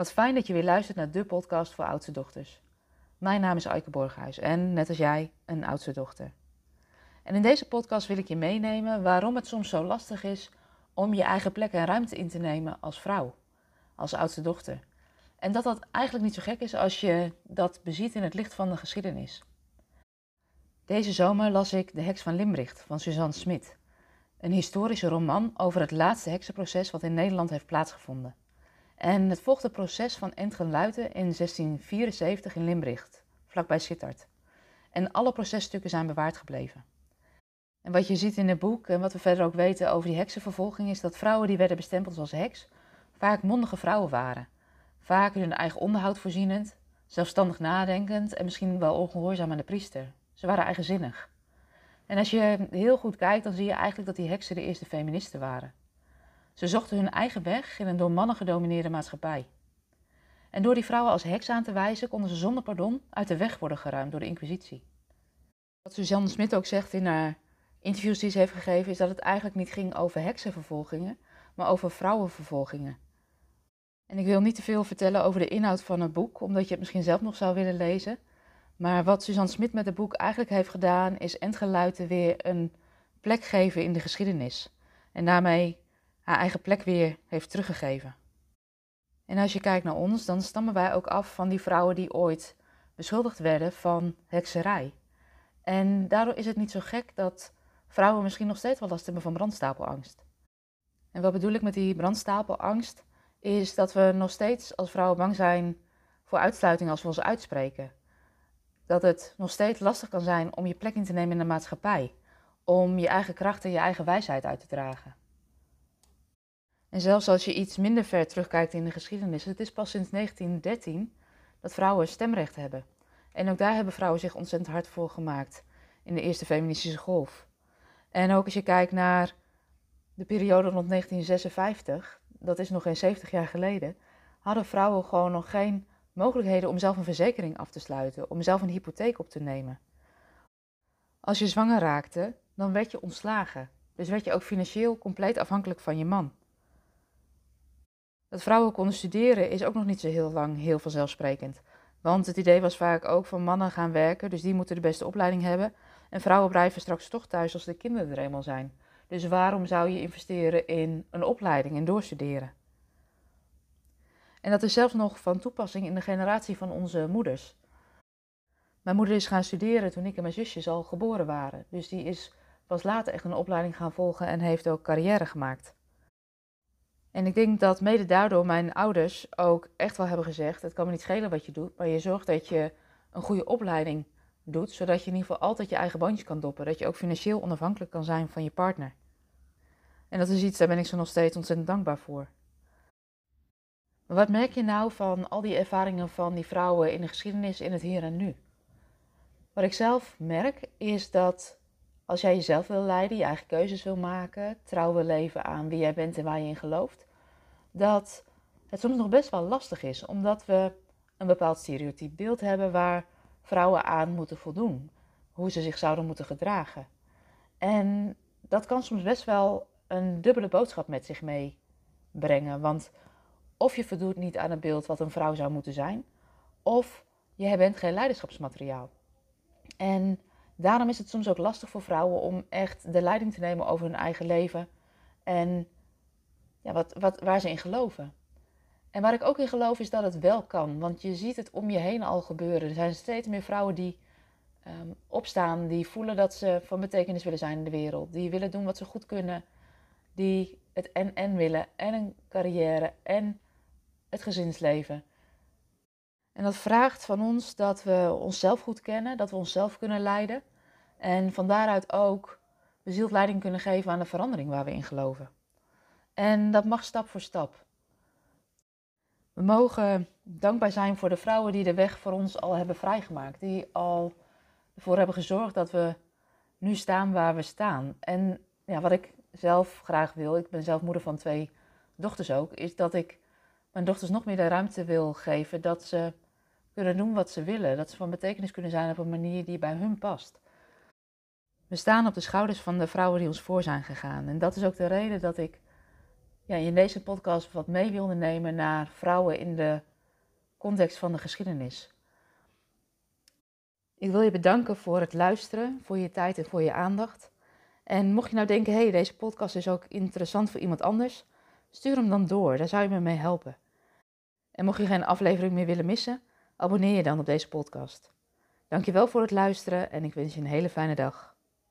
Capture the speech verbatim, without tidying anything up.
Wat fijn dat je weer luistert naar de podcast voor oudste dochters. Mijn naam is Aike Borghuis en, net als jij, een oudste dochter. En in deze podcast wil ik je meenemen waarom het soms zo lastig is om je eigen plek en ruimte in te nemen als vrouw, als oudste dochter. En dat dat eigenlijk niet zo gek is als je dat beziet in het licht van de geschiedenis. Deze zomer las ik De Heks van Limbricht van Suzanne Smit. Een historische roman over het laatste heksenproces wat in Nederland heeft plaatsgevonden. En het volgt het proces van Entgen-Luiten in zestien vierenzeventig in Limbricht, vlakbij Sittard. En alle processtukken zijn bewaard gebleven. En wat je ziet in het boek en wat we verder ook weten over die heksenvervolging is dat vrouwen die werden bestempeld als heks vaak mondige vrouwen waren. Vaak in hun eigen onderhoud voorzienend, zelfstandig nadenkend en misschien wel ongehoorzaam aan de priester. Ze waren eigenzinnig. En als je heel goed kijkt, dan zie je eigenlijk dat die heksen de eerste feministen waren. Ze zochten hun eigen weg in een door mannen gedomineerde maatschappij. En door die vrouwen als heks aan te wijzen, konden ze zonder pardon uit de weg worden geruimd door de inquisitie. Wat Suzanne Smit ook zegt in haar interviews die ze heeft gegeven, is dat het eigenlijk niet ging over heksenvervolgingen, maar over vrouwenvervolgingen. En ik wil niet te veel vertellen over de inhoud van het boek, omdat je het misschien zelf nog zou willen lezen. Maar wat Suzanne Smit met het boek eigenlijk heeft gedaan, is Entgen-Luiten weer een plek geven in de geschiedenis. En daarmee haar eigen plek weer heeft teruggegeven. En als je kijkt naar ons, dan stammen wij ook af van die vrouwen die ooit beschuldigd werden van hekserij. En daardoor is het niet zo gek dat vrouwen misschien nog steeds wel last hebben van brandstapelangst. En wat bedoel ik met die brandstapelangst? Is dat we nog steeds als vrouwen bang zijn voor uitsluiting als we ons uitspreken. Dat het nog steeds lastig kan zijn om je plek in te nemen in de maatschappij. Om je eigen kracht en je eigen wijsheid uit te dragen. En zelfs als je iets minder ver terugkijkt in de geschiedenis, het is pas sinds negentien dertien dat vrouwen stemrecht hebben. En ook daar hebben vrouwen zich ontzettend hard voor gemaakt in de eerste feministische golf. En ook als je kijkt naar de periode rond negentien zesenvijftig, dat is nog geen zeventig jaar geleden, hadden vrouwen gewoon nog geen mogelijkheden om zelf een verzekering af te sluiten, om zelf een hypotheek op te nemen. Als je zwanger raakte, dan werd je ontslagen. Dus werd je ook financieel compleet afhankelijk van je man. Dat vrouwen konden studeren is ook nog niet zo heel lang heel vanzelfsprekend. Want het idee was vaak ook van mannen gaan werken, dus die moeten de beste opleiding hebben. En vrouwen blijven straks toch thuis als de kinderen er eenmaal zijn. Dus waarom zou je investeren in een opleiding en doorstuderen? En dat is zelfs nog van toepassing in de generatie van onze moeders. Mijn moeder is gaan studeren toen ik en mijn zusjes al geboren waren. Dus die is pas later echt een opleiding gaan volgen en heeft ook carrière gemaakt. En ik denk dat mede daardoor mijn ouders ook echt wel hebben gezegd, het kan me niet schelen wat je doet, maar je zorgt dat je een goede opleiding doet, zodat je in ieder geval altijd je eigen bandje kan doppen. Dat je ook financieel onafhankelijk kan zijn van je partner. En dat is iets, daar ben ik ze nog steeds ontzettend dankbaar voor. Maar wat merk je nou van al die ervaringen van die vrouwen in de geschiedenis in het hier en nu? Wat ik zelf merk is dat als jij jezelf wil leiden, je eigen keuzes wil maken, trouw wil leven aan wie jij bent en waar je in gelooft, dat het soms nog best wel lastig is, omdat we een bepaald stereotyp beeld hebben waar vrouwen aan moeten voldoen, hoe ze zich zouden moeten gedragen. En dat kan soms best wel een dubbele boodschap met zich meebrengen, want of je voldoet niet aan het beeld wat een vrouw zou moeten zijn, of je bent geen leiderschapsmateriaal. En daarom is het soms ook lastig voor vrouwen om echt de leiding te nemen over hun eigen leven en ja, wat, wat, waar ze in geloven. En waar ik ook in geloof is dat het wel kan, want je ziet het om je heen al gebeuren. Er zijn steeds meer vrouwen die um, opstaan, die voelen dat ze van betekenis willen zijn in de wereld. Die willen doen wat ze goed kunnen, die het en-en willen, en een carrière en het gezinsleven. En dat vraagt van ons dat we onszelf goed kennen, dat we onszelf kunnen leiden. En van daaruit ook bezield leiding kunnen geven aan de verandering waar we in geloven. En dat mag stap voor stap. We mogen dankbaar zijn voor de vrouwen die de weg voor ons al hebben vrijgemaakt. Die al ervoor hebben gezorgd dat we nu staan waar we staan. En ja, wat ik zelf graag wil, ik ben zelf moeder van twee dochters ook, is dat ik mijn dochters nog meer de ruimte wil geven dat ze kunnen doen wat ze willen. Dat ze van betekenis kunnen zijn op een manier die bij hun past. We staan op de schouders van de vrouwen die ons voor zijn gegaan. En dat is ook de reden dat ik ja, in deze podcast wat mee wilde nemen naar vrouwen in de context van de geschiedenis. Ik wil je bedanken voor het luisteren, voor je tijd en voor je aandacht. En mocht je nou denken, hé, hey, deze podcast is ook interessant voor iemand anders, stuur hem dan door, daar zou je me mee helpen. En mocht je geen aflevering meer willen missen, abonneer je dan op deze podcast. Dankjewel voor het luisteren en ik wens je een hele fijne dag.